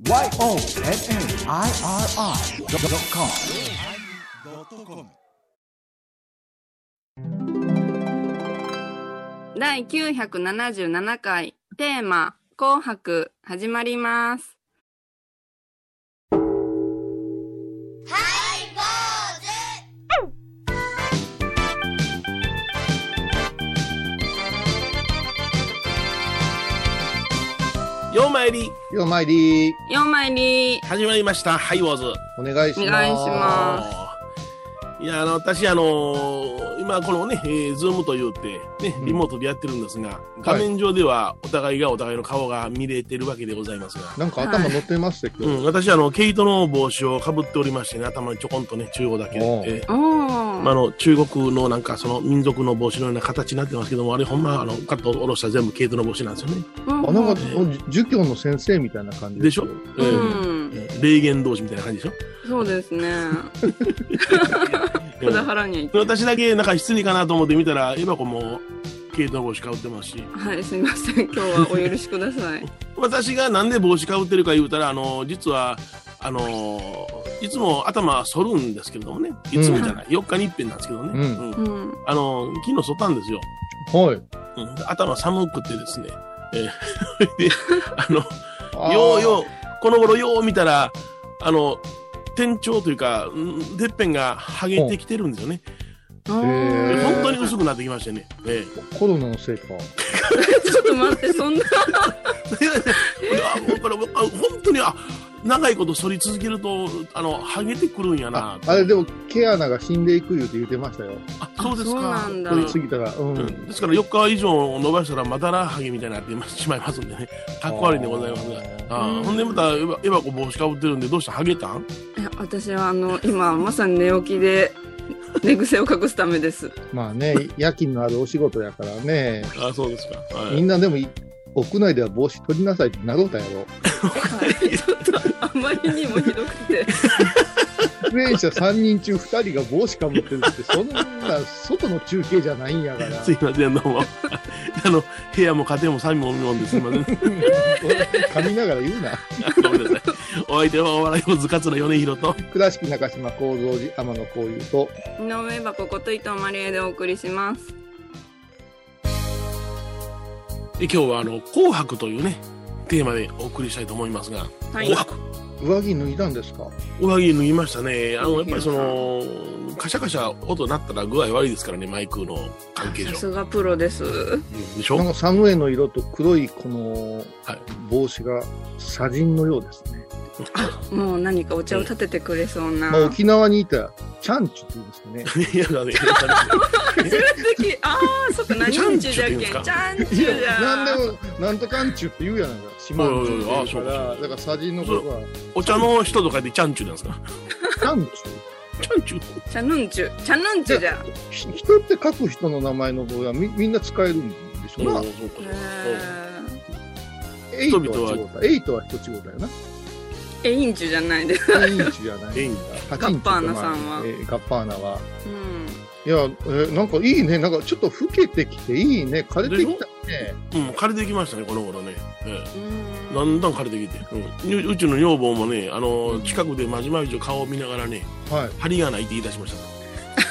YONNIRI.com 第977回テーマ紅白始まります。 ようまいり 4枚に始まりました。ハイウォーズお願いします。 いや私今このね、ズームというてねリモートでやってるんですが、画面上ではお互いがお互いの顔が見れてるわけでございますが、 なんか頭乗ってましたけど、 私毛糸の帽子をかぶっておりましてね、頭にちょこんとね中央だけで、中国のなんかその民族の帽子のような形になってますけども、あれほんまカット下ろしたら全部毛糸の帽子なんですよね。 なんか儒教の先生みたいな感じでしょ。霊言同士みたいな感じでしょ。 そうですね。こだはらに私だけなんか失礼かなと思って見たら、エバコも毛糸の帽子かぶってますし。 はい、すみません、今日はお許しください。 私がなんで帽子かぶってるか言うたら、実はいつも頭剃るんですけれどもね、いつもじゃない、4日に一遍なんですけどね、昨日剃ったんですよ。 はい。 頭寒くてですね、でこの頃よう見たら天頂というかてっぺんが剥げてきてるんですよね。本当に薄くなってきましてね。 コロナのせいか。 ちょっと待って、そんな本当に長いこと剃り続けると剥げてくるんやな。 あれでも毛穴が死んでいく言ってましたよ。 そうですか。そうなんだ。 剃りすぎたら、 ですから4日以上伸ばしたらまだら剥げみたいになってしまいますんでね。かっこ悪いんでございますが。ほんでまたエバコ帽子かぶってるんで、どうした剥げたん？ 私は今まさに寝起きで寝癖を隠すためです。 まあね、夜勤のあるお仕事やからね。 そうですか。 みんなでも屋内では帽子取りなさいってなろうたやろ。 ちょっとあまりにもひどくて。 出演者3人中2人が帽子かぶってるって、そんな外の中継じゃないんやから。 すいません、どうも。部屋も家庭も三もみもんですいません。 噛みながら言うな。 ごめんなさい。お相手はお笑いのずかつの米広と、 倉敷中島幸三寺天野幸雄と、 井上箱こと伊藤マリエでお送りします。 今日は紅白というねテーマでお送りしたいと思いますが、紅白。 上着脱いだんですか？ 上着脱ぎましたね。やっぱりカシャカシャ音鳴ったら具合悪いですからね、マイクの関係上。 さすがプロです。 でしょ？ なんかサムエの色と黒いこの帽子が砂塵のようですね。 もう何かお茶を立ててくれそうな。 沖縄にいたらチャンチュって言うんですかね。 いやだね。 初めて聞いた。そっか、何んちゅうじゃっけん。チャンチュじゃ。 なんでもなんとかんちゅって言うやないか。島の人だから砂塵のことは。 お茶の人とかでチャンチュなんですか？ チャンチュ。 チャンチュ。 チャヌンチュ。チャヌンチュじゃ。 人って書く人の名前の方がみんな使えるんでしょうな。エイトは人違うだよな。 エインチュじゃないです。 エインチュじゃない。 ガッパーナさんは。 ガッパーナは。いや、なんかいいね。なんかちょっと老けてきていいね。枯れてきたね。 枯れてきましたね、この頃ね。だんだん枯れてきて。うちの女房もね、近くでまじまじと顔を見ながらね、張りがないって言い出しました。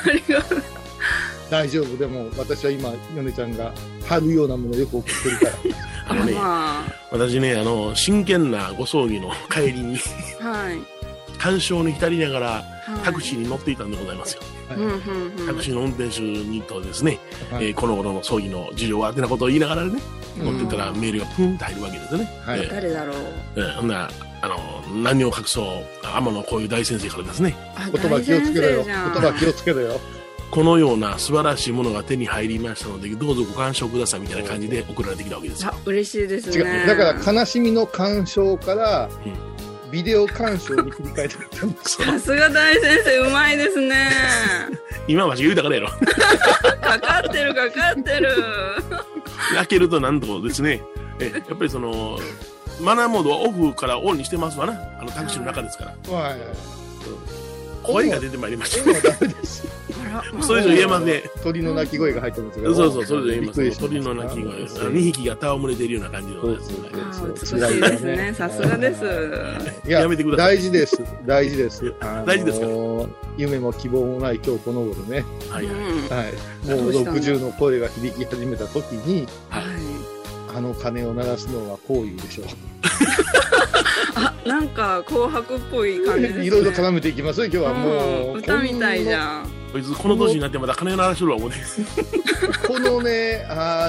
張りがない。 大丈夫。でも私は今、米ちゃんが貼るようなものをよく送ってるから。 私ね、真剣なご葬儀の帰りに、感傷に浸りながらタクシーに乗っていたんでございますよ。タクシーの運転手にとですね、この頃の葬儀の事情はってなことを言いながらね、乗ってたらメールがプンと入るわけですよね。 誰だろう。 ほんなら何を隠そう天野こういう大先生からですね、 言葉気をつけろよ。言葉気をつけろよ。 このような素晴らしいものが手に入りましたのでどうぞご鑑賞くださいみたいな感じで送られてきたわけですよ。 嬉しいですね。 違う、だから悲しみの鑑賞からビデオ鑑賞に切り替えてたんです。 さすが大先生、うまいですね。 今は言うたからやろ。 かかってる。 開けるとなんとですね、やっぱりマナーモードはオフからオンにしてますわな。タクシーの中ですから。 声が出てまいりました。 ダメです。 それ以上言えません。 鳥の鳴き声が入ってますが。そう、それ以上言えません。鳥の鳴き声。2匹が戯れているような感じのやつ。美しいですね。さすがです。 やめてください。 大事です。大事です。 大事ですか。 夢も希望もない今日この頃ね。 はい。 もう60の声が響き始めた時に、あの鐘を鳴らすのはこういうでしょう。 なんか紅白っぽい感じですね。 いろいろ絡めていきますよ今日はもう。 歌みたいじゃん。 こいつこの年になってまだ鐘を鳴らしてるわ思うね。 このね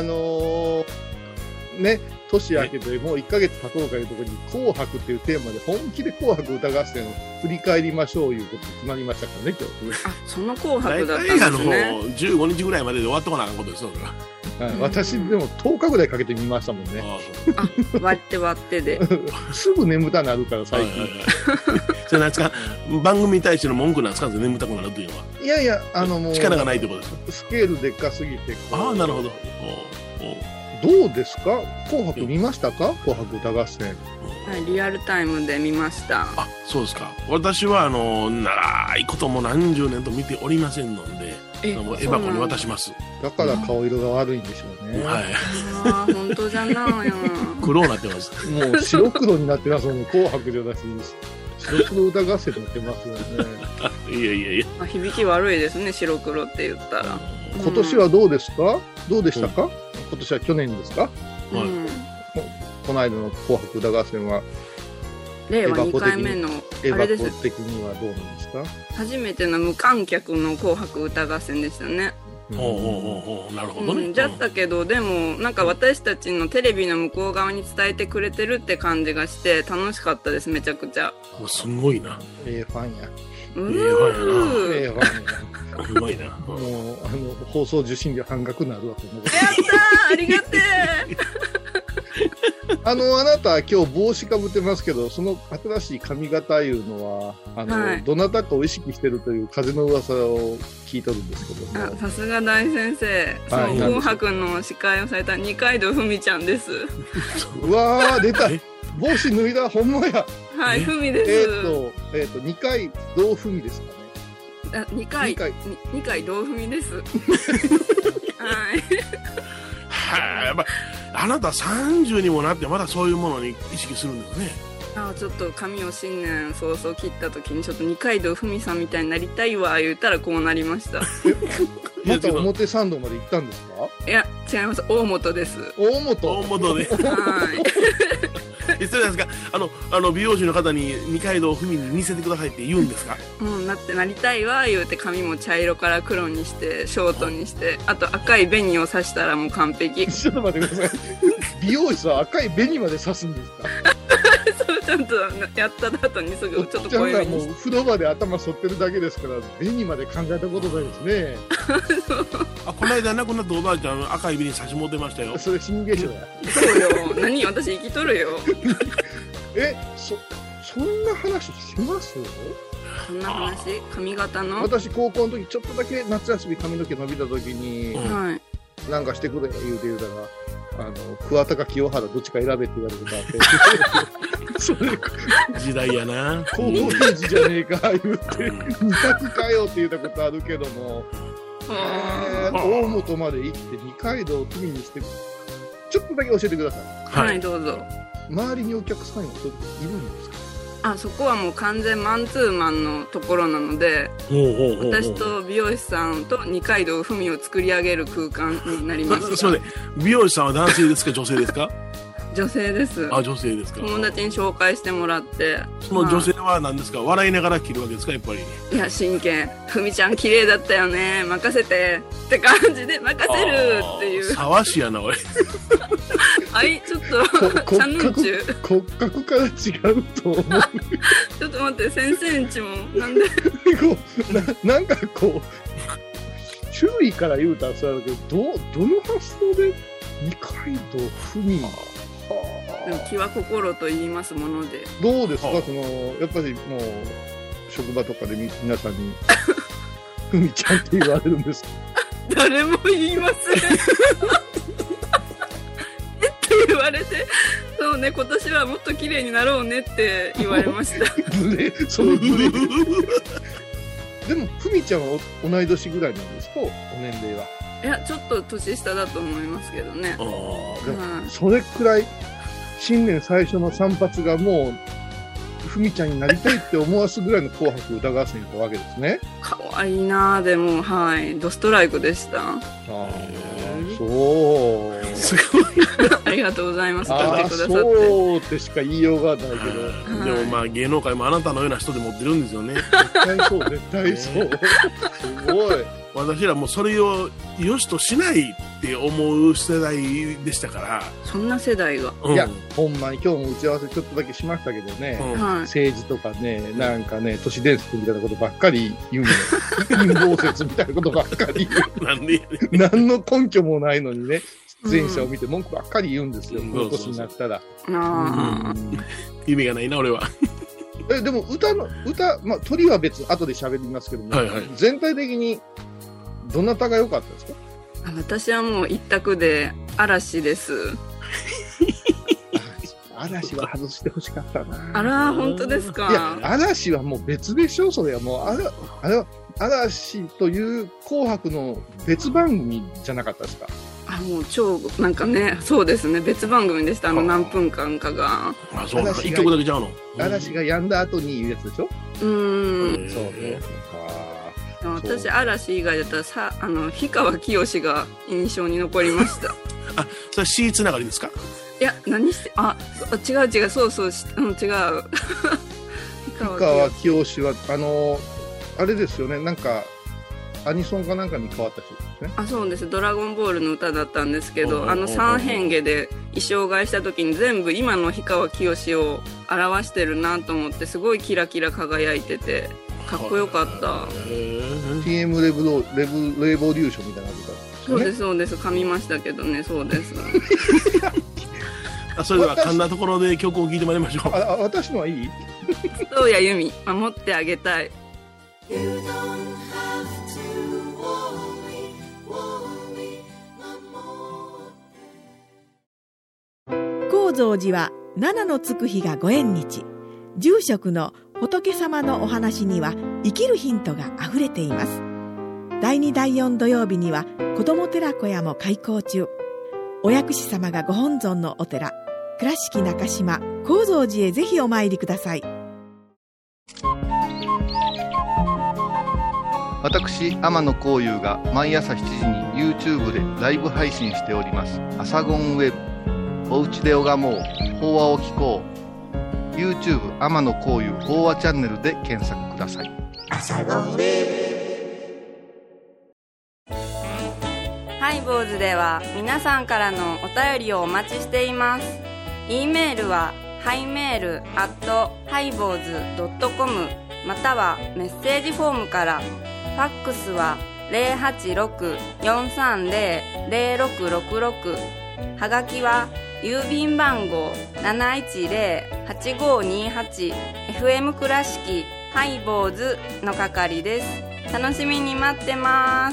ね年明けてもう1ヶ月経とうかいうところに紅白っていうテーマで本気で紅白歌合戦を振り返りましょういうこと決まりましたからね今日。 その紅白だったんですね。 15日ぐらいまでで終わっとかなあかんことですよ。 私でも10日ぐらいかけて見ましたもんね。 割ってすぐ眠たなるから最近。 それなんですか、番組に対しての文句なんですか、眠たくなるというのは。 いやいやもう力がないってことですか。 スケールでっかすぎて。 なるほど。 どうですか、紅白見ましたか、紅白歌合戦。 リアルタイムで見ました。 そうですか。私は長いことも何十年と見ておりませんので、エバコに渡します。 だから顔色が悪いんでしょうね。 はい。 本当じゃないよ。 黒になってます。 もう白黒になってますもん。紅白じゃなしに白黒歌合戦になってますよね。 いや。 響き悪いですね、白黒って言ったら。 今年はどうですか？どうでしたか？今年は去年ですか？この間の紅白歌合戦は令和2回目のあれです。的にはどうなんですか？ 初めての無観客の紅白歌合戦でしたね。 なるほどね。 じゃったけど、でもなんか私たちのテレビの向こう側に伝えてくれてるって感じがして楽しかったです。めちゃくちゃすごいな。 ファンや。 ファンやな。すごいな。 もう放送受信料半額になるわけ。やったー、ありがてあなた今日帽子かぶってますけど、その新しい髪型いうのはどなたかを意識してるという風の噂を聞いとるんですけど。 さすが大先生。紅白の司会をされた二階堂ふみちゃんです。 うわー、出た。帽子脱いだ、ほんまや。 はい、ふみです。 二階堂ふみですかね。 二階堂ふみです。はい。 やっぱあなた30にもなってまだそういうものに意識するんですね。 ちょっと髪を新年早々切った時にちょっと二階堂ふみさんみたいになりたいわ言ったらこうなりました。 また表参道まで行ったんですか？ いや違います、大本です。 大本ね。失礼ですか、美容師の方に二階堂ふみに似せてくださいって言うんですか？ だってなりたいわ言うて髪も茶色から黒にしてショートにして、あと赤い紅を刺したらもう完璧。 ちょっと待ってください。美容師は赤い紅まで刺すんですか？ そう、ちゃんとやった後にすぐちょっと濃いめにして。 もう風呂場で頭反ってるだけですから紅まで考えたことないですね。 この間亡くなったおばあちゃん赤い紅差し持ってましたよ。 それ新化粧や。 そうよ。何、私生きとるよ。 そんな話します？ そんな話？髪型の？ 私高校の時ちょっとだけ夏休み髪の毛伸びた時に、なんかしてくれ言うたら桑田か清原どっちか選べって言われることあってそれ時代やな。 高校生時じゃねえか言って二択かよって言ったことあるけども、大本まで行って二階堂を次にしてちょっとだけ教えてください。 はい、どうぞ。 周りにお客さんがいるんですか？ そこはもう完全マンツーマンのところなので、私と美容師さんと二階堂ふみを作り上げる空間になります。 すいません、美容師さんは男性ですか女性ですか？ 女性です。 女性ですか。 友達に紹介してもらって。 その女性は何ですか？笑いながら切るわけですか？やっぱり。 いや、真剣。ふみちゃん綺麗だったよね、任せてって感じで、任せるっていう。 沢しやなおい。 ちょっとチャンヌンチュ骨格から違うと思う。 ちょっと待って、先生んちもなんでなんかこう周囲から言うたらそうだけど、どの発想で二階堂ふみ。 でも気は心と言いますもので。 どうですか、やっぱりもう職場とかで皆さんにふみちゃんって言われるんですか？ 誰も言いません。って言われて、そうね、今年はもっと綺麗になろうねって言われました。 そのブレでもふみちゃんは同い年ぐらいなんですか、お年齢は。 いや、ちょっと年下だと思いますけどね。 でもそれくらい新年最初の散髪がもうふみちゃんになりたいって思わすぐらいの紅白歌合戦だったわけですね。 かわいいなぁ。でも、はい、ドストライクでした。 そう。すごい。 ありがとうございます。聞いてくださって。 そうってしか言いようがないけど。 でもまあ芸能界もあなたのような人で持ってるんですよね。 絶対そう、絶対そう。すごい。 私らもうそれを良しとしないって思う世代でしたから。 そんな世代が。 いや、ほんまに今日も打ち合わせちょっとだけしましたけどね、政治とかね、なんかね、都市伝説みたいなことばっかり言うの。陰謀説みたいなことばっかり言う。なんで何の根拠もないのにね、出演者を見て文句ばっかり言うんですよ、この年になったら。 意味がないな、俺は。 でも歌、まあ、鳥は別、後で喋りますけども、全体的に、どなたが良かったですか？ 私はもう一択で、嵐です。 嵐は外してほしかったな。 あら、本当ですか？ いや、嵐はもう別でしょ、それはもう、あれは、嵐という紅白の別番組じゃなかったですか？ もう超、なんかね、そうですね、別番組でした、何分間かが。 そうなんか、一曲だけちゃうの？ 嵐がやんだ後に言うやつでしょ？そうね。 私、嵐以外だったら氷川きよしが印象に残りました。 それ C つながりですか？ いや、何して、違う、そう、違う。氷川きよしは、あれですよね、なんか、アニソンかなんかに変わった人ですね。 そうです。ドラゴンボールの歌だったんですけど、三変化で衣装替えした時に全部今の氷川きよしを表してるなと思って、すごいキラキラ輝いてて、かっこよかった。 TM レボリューションみたいな歌、ね、 そうです。噛みましたけどね、そうです。 それでは、こんなところで曲を聴いてまいりましょう。 私のはいい？ そうや由美、守ってあげたい。 高蔵寺は七のつく日がご縁日。住職の仏様のお話には生きるヒントがあふれています。第2第4土曜日には子ども寺小屋も開校中。お薬師様がご本尊のお寺、倉敷中島・高蔵寺へぜひお参りください。 私天野幸雄が毎朝7時に YouTube でライブ配信しておりますアサゴンウェブ。おうちで拝もう、法話を聞こう。YouTube 天野幸雄法話チャンネルで検索ください。アサゴンウェブ。 ハイボーズでは皆さんからのお便りをお待ちしています。 E メールはハイメール@highboz.com またはメッセージフォームから。ファックスは 086-430-0666。はがきは郵便番号 710-8528 FM 倉敷ハイボーズの係です。楽しみに待ってます。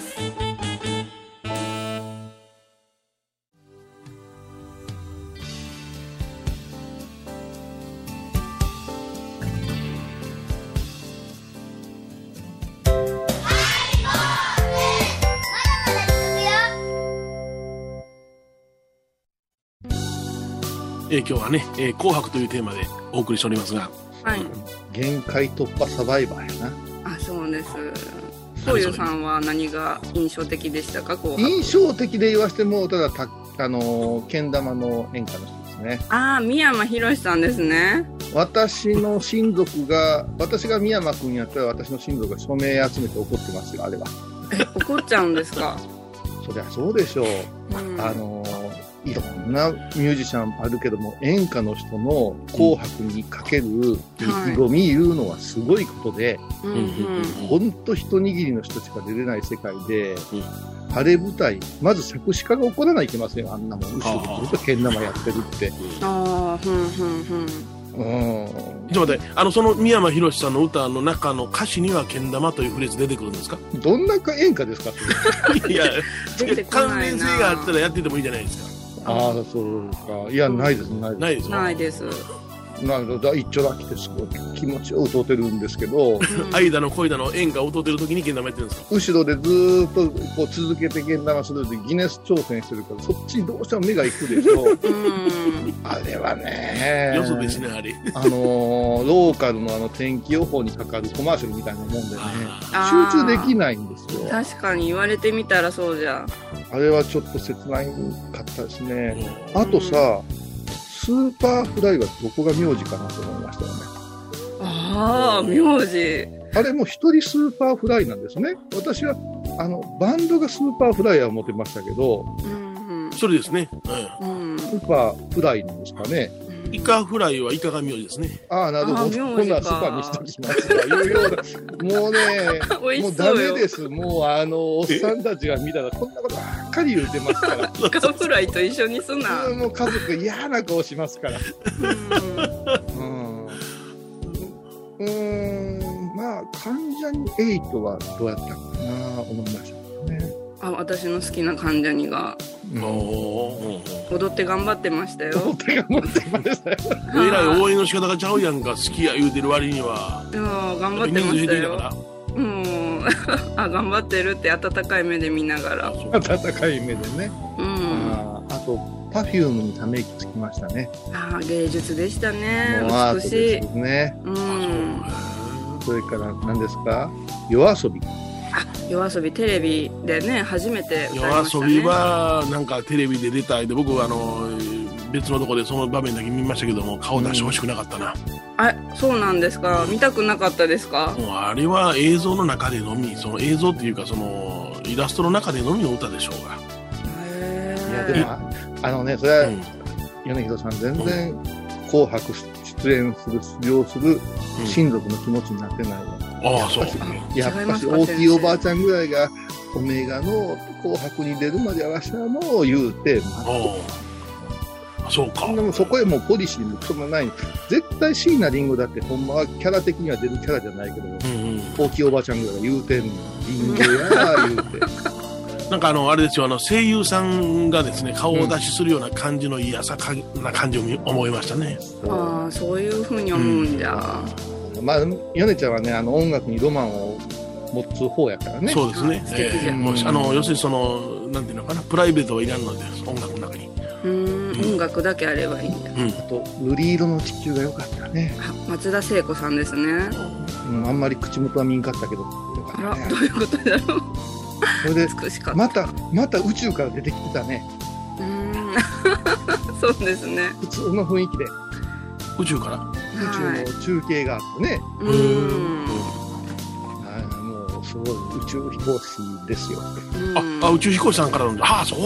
今日はね、紅白というテーマでお送りしておりますが、 はい、 限界突破サバイバーやな。 そうです。こういうさんは何が印象的でしたか？ 印象的で言わせても、ただけん玉の演歌の人ですね。 三山ひろしさんですね。 私の親族が、私が三山君やったら私の親族が署名集めて怒ってますよ、あれは。 怒っちゃうんですか？ そりゃそうでしょう。いろんなミュージシャンあるけども、演歌の人の紅白にかける意気込みいうのはすごいことで、ほんと一握りの人しか出れない世界で、晴れ舞台、まず作詞家が怒らないといけませんよ、あんなもん。後ろでずっとけん玉やってるって。ちょっと待って、その三山ひろしさんの歌の中の歌詞にはけん玉というフレーズ出てくるんですか？ どんな演歌ですか？ いや、関連性があったらやっててもいいじゃないですか。 そうか。いや、ないです。 ないです。 なんか一丁だけですごい気持ちよく歌ってるんですけど、 間の恋だの演歌を歌ってる時にけん玉やってるんですか？ 後ろでずーっとこう続けてけん玉するとギネス挑戦してるから、そっちにどうしても目が行くでしょ。あれはね、 よそですね、あれ。 ローカルの天気予報にかかるコマーシャルみたいなもんでね、集中できないんですよ。 確かに言われてみたらそうじゃ。 あれはちょっと切ないかったですね。あとさ、スーパーフライはどこが名字かなと思いましたよね。 ああ、名字。 あれも一人スーパーフライなんですね。私はバンドがスーパーフライは思ってましたけど、 それですね。 スーパーフライなんですかね。 イカフライはイカが名字ですね。 ああ、なるほど。今度はスーパーにしときますというような。もうね、もうダメです。もうおっさんたちが見たらこんなことばっかり言ってますから。 イカフライと一緒にすな。 もう家族嫌な顔しますから。まあ、関ジャニ∞はどうやったかな思いましたね。 私の好きな関ジャニが。踊って頑張ってましたよ。 踊って頑張ってましたよ。 えらい応援の仕方がちゃうやんか、好きや言うてる割には。 頑張ってましたよ。頑張ってるって温かい目で見ながら。 温かい目でね。あとPerfumeにため息つきましたね。 芸術でしたね。美しいですね。それから何ですか、夜遊び。 夜遊びテレビでね初めて歌いましたね。 夜遊びはなんかテレビで出たいで、僕は別のところでその場面だけ見ましたけども、顔出してほしくなかったな。 そうなんですか。見たくなかったですか？ もうあれは映像の中でのみ、その映像っていうかそのイラストの中でのみの歌でしょうが。 いやでもそれは米広さん全然紅白出演する出場する親族の気持ちになってないわ。 そう。 やっぱし大きいおばあちゃんぐらいがオメガの紅白に出るまではわしはもう言うて、 そうか。 でもそこへもうポリシーもそんなない。絶対椎名林檎だってほんまはキャラ的には出るキャラじゃないけど、大きいおばあちゃんぐらいが言うてんの。林檎や言うて。 なんかあれですよ、声優さんがですね、顔を出しするような感じの嫌さな感じを思いましたね。 そういうふうに思うんじゃ。 まあ、米ちゃんはね、音楽にロマンを持つ方やからね。 そうですね。 素敵じゃん。 要するになんていうのかな、プライベートはいらんので、音楽の中に。 音楽だけあればいいんだ。 あと、瑠璃色の地球が良かったね。 松田聖子さんですね。 あんまり口元は見んかったけど。 どういうことだろう。 それで美しかった。 また宇宙から出てきてたね。 そうですね。 普通の雰囲気で。 宇宙から宇宙の中継があってね。もうすごい宇宙飛行士ですよ。 宇宙飛行士さんからなんだ。そう。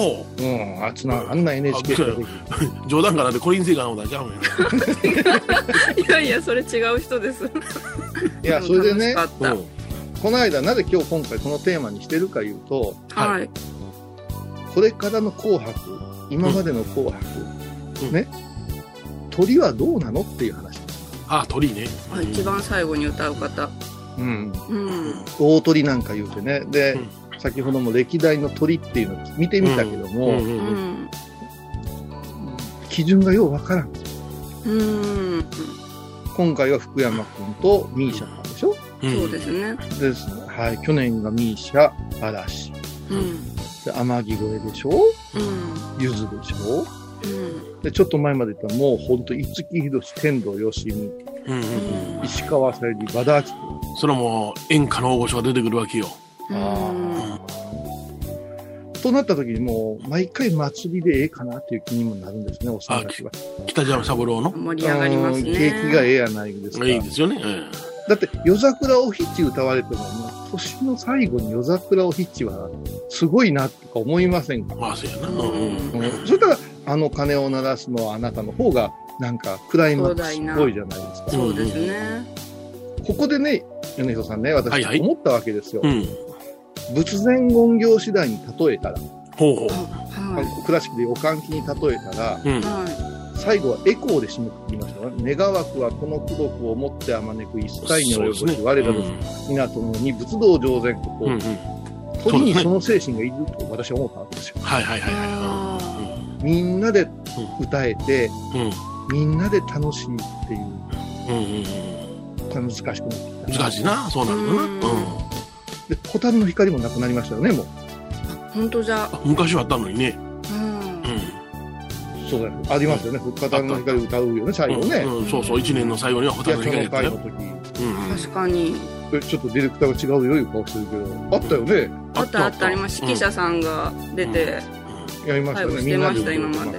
あんな NHK で冗談かなってコリンセイガーのことはちゃうんや。いやそれ違う人です。 いやそれでね。この間なぜ今回このテーマにしてるかいうと、これからの紅白、今までの紅白、ね、鳥はどうなのっていう話。 鳥ね。 一番最後に歌う方。 大鳥なんか言うてね。で、先ほども歴代の鳥っていうのを見てみたけども、基準がようわからん。今回は福山君とミーシャなんでしょ。 そうですね。 去年がミーシャ、嵐。で、天城越えでしょ。ゆずでしょ。で、ちょっと前まで言ったらもうほんと、五木ひろし、天童よしみ、石川さゆり、和田アキ子。 それはもう演歌の大御所が出てくるわけよ。 となった時にもう毎回祭りでええかなっていう気にもなるんですね、おっさんたちは。 北島三郎の盛り上がりますね。 景気がええやないですか。 いいですよね。 だって夜桜おひち歌われても、年の最後に夜桜おひちはすごいなとか思いませんか？ そうやな。 それから鐘を鳴らすのはあなたの方がなんかクライマックスっぽいじゃないですか。 そうですね。 ここでね、米広さんね、私思ったわけですよ。仏前言行次第に例えたら、クラシックでおかんきに例えたら、最後はエコーで締めくくりましたね。願わくはこの功徳をもってあまねく一切に及ぶし、我らの港のに仏道上善国を、鳥にその精神がいると私は思ったわけですよ。みんなで歌えて、 みんなで楽しいっていう、難しくなってきた。 難しいな、そうなのな。 で、蛍の光もなくなりましたよね、もう。 本当じゃ。 昔はあったのにね。 そうだよ。ありますよね。蛍の光歌うよね、最後ね。 そうそう、1年の最後には蛍の光やったよ。 確かに。 ちょっとディレクターが違うよ、いう顔してるけど。あったよね。 あったあります。指揮者さんが出て。 やりましたね。 してました、今まで。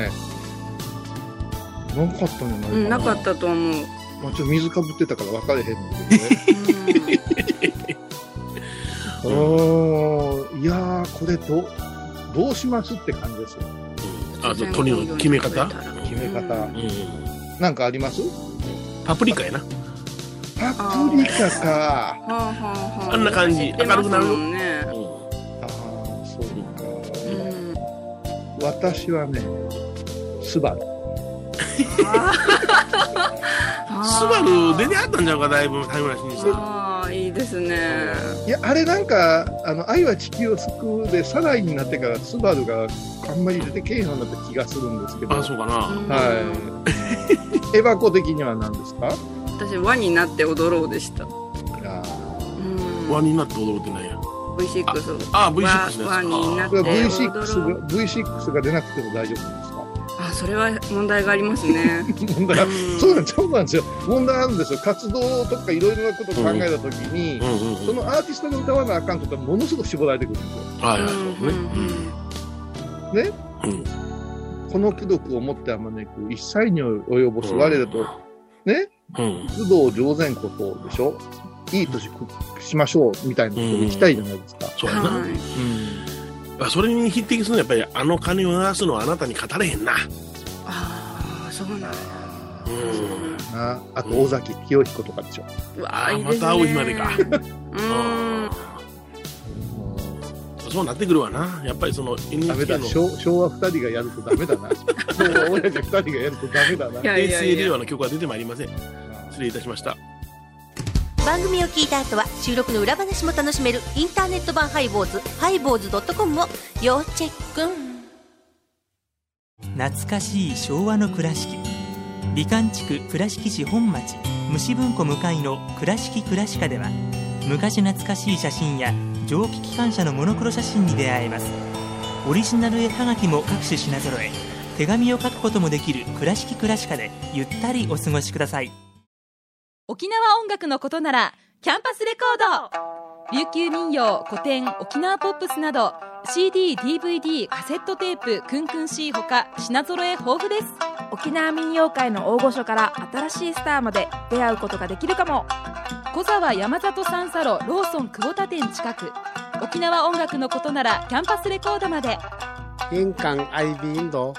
なかったんじゃないかな。 なかったと思う。 まあ、ちょっと水かぶってたから分かれへんのけどね。いやー、これどうしますって感じですよ。 あと鳥の決め方なんかあります？ パプリカやな。 パプリカか。 あんな感じ。明るくなるよ。 そうか。私はね、スバル。 スバル出てあったんじゃうか、だいぶタイムラシにさ。 ああ、いいですね。 いや、あれなんか愛は地球を救うでサライになってからスバルがあんまり出てけえへんようになった気がするんですけど。 あ、そうかな。 はい。エバコ的には何ですか？ 私輪になって踊ろうでした。 輪になって踊ろうって何や。 V6。 V6 輪になって踊ろう。 V6 が出なくても大丈夫ですか？ それは問題がありますね。 そうなんですよ。問題あるんですよ。活動とかいろいろなことを考えたときに、そのアーティストが歌わなあかんことはものすごく絞られてくるんですよ。ね。この貴毒をもってあまねく一切に及ぼす我らとね、須藤上善ことでしょ。いい年しましょうみたいなことに行きたいじゃないですか。 そうやな。それに匹敵するのはやっぱり鐘を鳴らすのはあなたに語れへんな。 そうなんだ。 あと尾崎清彦とかでしょ。 また会う日までか。そうなってくるわな。やっぱりその NHK の昭和2人がやるとダメだな。親父2人がやるとダメだな。 平成令和の曲は出てまいりません。失礼いたしました。 番組を聞いた後は収録の裏話も楽しめるインターネット版ハイボーズハイボーズ .com を要チェック。 懐かしい昭和の倉敷、美観地区倉敷市本町虫文庫向かいの倉敷倉歯科では昔懐かしい写真や蒸気機関車のモノクロ写真に出会えます。オリジナル絵はがきも各種品揃え、手紙を書くこともできる倉敷倉歯科でゆったりお過ごしください。 沖縄音楽のことならキャンパスレコード、琉球民謡、古典、沖縄ポップスなど CD、DVD、カセットテープ、クンクン C ほか品揃え豊富です。 沖縄民謡界の大御所から新しいスターまで出会うことができるかも。 小沢山里三佐路ローソン久保田店近く。沖縄音楽のことならキャンパスレコードまで。 印港 IB 印度。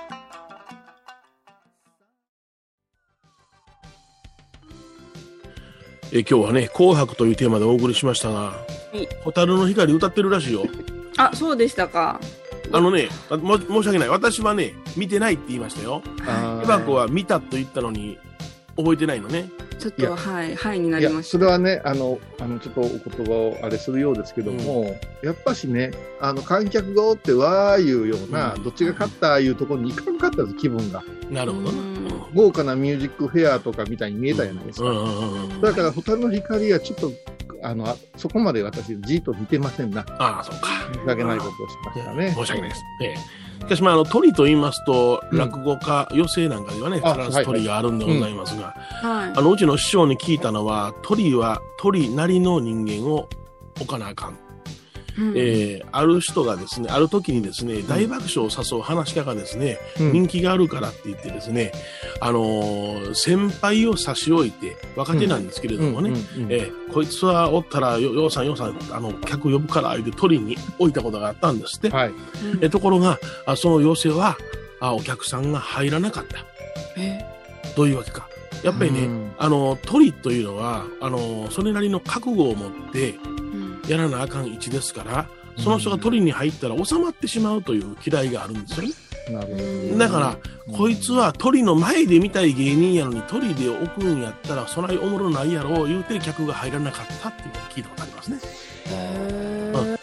今日はね、紅白というテーマでお送りしましたが、蛍の光歌ってるらしいよ。 そうでしたか。 申し訳ない。私はね、見てないって言いましたよ。エバコは見たと言ったのに、覚えてないのね。 ちょっと、はいになりました。 それはね、ちょっとお言葉をあれするようですけども、やっぱしね、観客がおってわーいうような、どっちが勝ったいうところに行かんかったんです、気分が。 なるほどな。 豪華なミュージックフェアとかみたいに見えたじゃないですか。だから、蛍の光はちょっと、そこまで私、じっと見てませんな。 そうか。 申し訳ないことをしましたね。 申し訳ないです。しかし、鳥と言いますと、落語家、寄席なんかではね、必ず鳥があるんでございますが、うちの師匠に聞いたのは、鳥は鳥なりの人間を置かなあかん。ある人がですね、ある時にですね、大爆笑を誘う話し家がですね、人気があるからって言ってですね、先輩を差し置いて、若手なんですけれどもね、こいつはおったら、ようさん、客呼ぶから言って鳥に置いたことがあったんですって。ところが、その要請は、お客さんが入らなかった。どういうわけか。やっぱりね、鳥というのは、それなりの覚悟を持って、やらなあかん位置ですから、その人が鳥に入ったら収まってしまうという嫌いがあるんですよね。 なるほど。 だから、こいつは鳥の前で見たい芸人やのに鳥で置くんやったら、そないおもろないやろう言うて客が入らなかったっていうのを聞いたことありますね。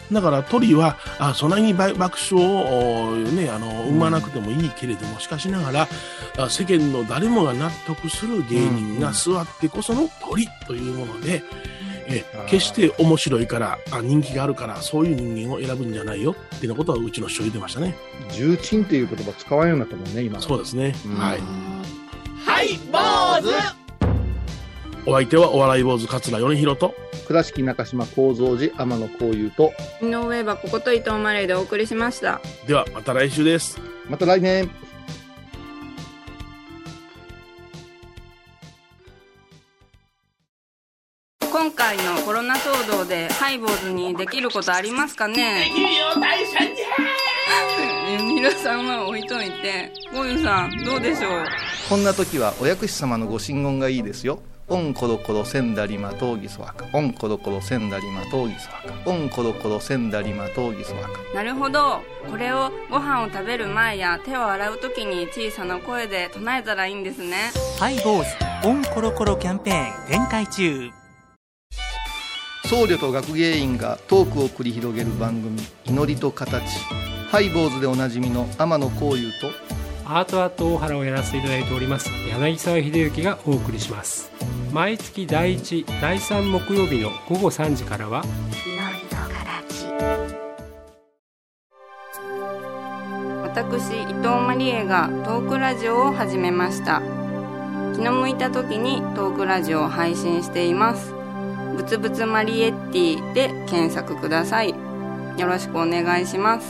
だから鳥はそんなに爆笑を、ね、生まなくてもいいけれども、しかしながら世間の誰もが納得する芸人が座ってこその鳥というもので、決して面白いから人気があるからそういう人間を選ぶんじゃないよっていうことはうちの師匠言ってましたね。 重鎮っていう言葉使わんようになったもんね今。 そうですね、はい。 はい坊主。 お相手はお笑い坊主桂米広と倉敷中島幸三寺天野幸雄と井上はここと伊藤マレーでお送りしました。 ではまた来週です。 また来年。 今回のコロナ騒動でハイボーズにできることありますかね。 できるよ大社じゃ米広さんは置いといて、ゴユさんどうでしょう。 こんな時はお薬師様のご神言がいいですよ。オンコロコロセンダリマトウギソワカ、オンコロコロセンダリマトウギソワカ、オンコロコロセンダリマトウギソワカ。 なるほど。これをご飯を食べる前や手を洗う時に小さな声で唱えたらいいんですね。 ハイボーズオンコロコロキャンペーン展開中。 僧侶と学芸員がトークを繰り広げる番組、祈りと形。ハイボーズでおなじみの天野幸雄とアート大原をやらせていただいております柳沢秀幸がお送りします。毎月第1、第3木曜日の午後3時からは私伊藤マリエがトークラジオを始めました。気の向いた時にトークラジオを配信しています。ぶつぶつマリエッティで検索ください。よろしくお願いします。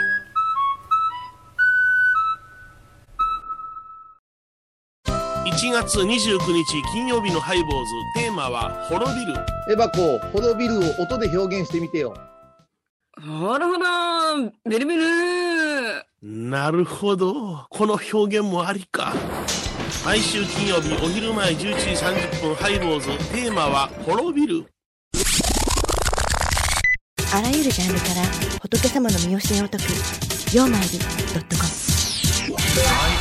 1月29日金曜日のハイボーズ、テーマは滅びる。 エバコ滅びるを音で表現してみてよ。 なるほど、ベルベル。 なるほど、この表現もありか。毎週金曜日お昼前11時30分ハイボーズ、テーマは滅びる。 あらゆるジャンルから仏様の身教えを解く曜マイル.com。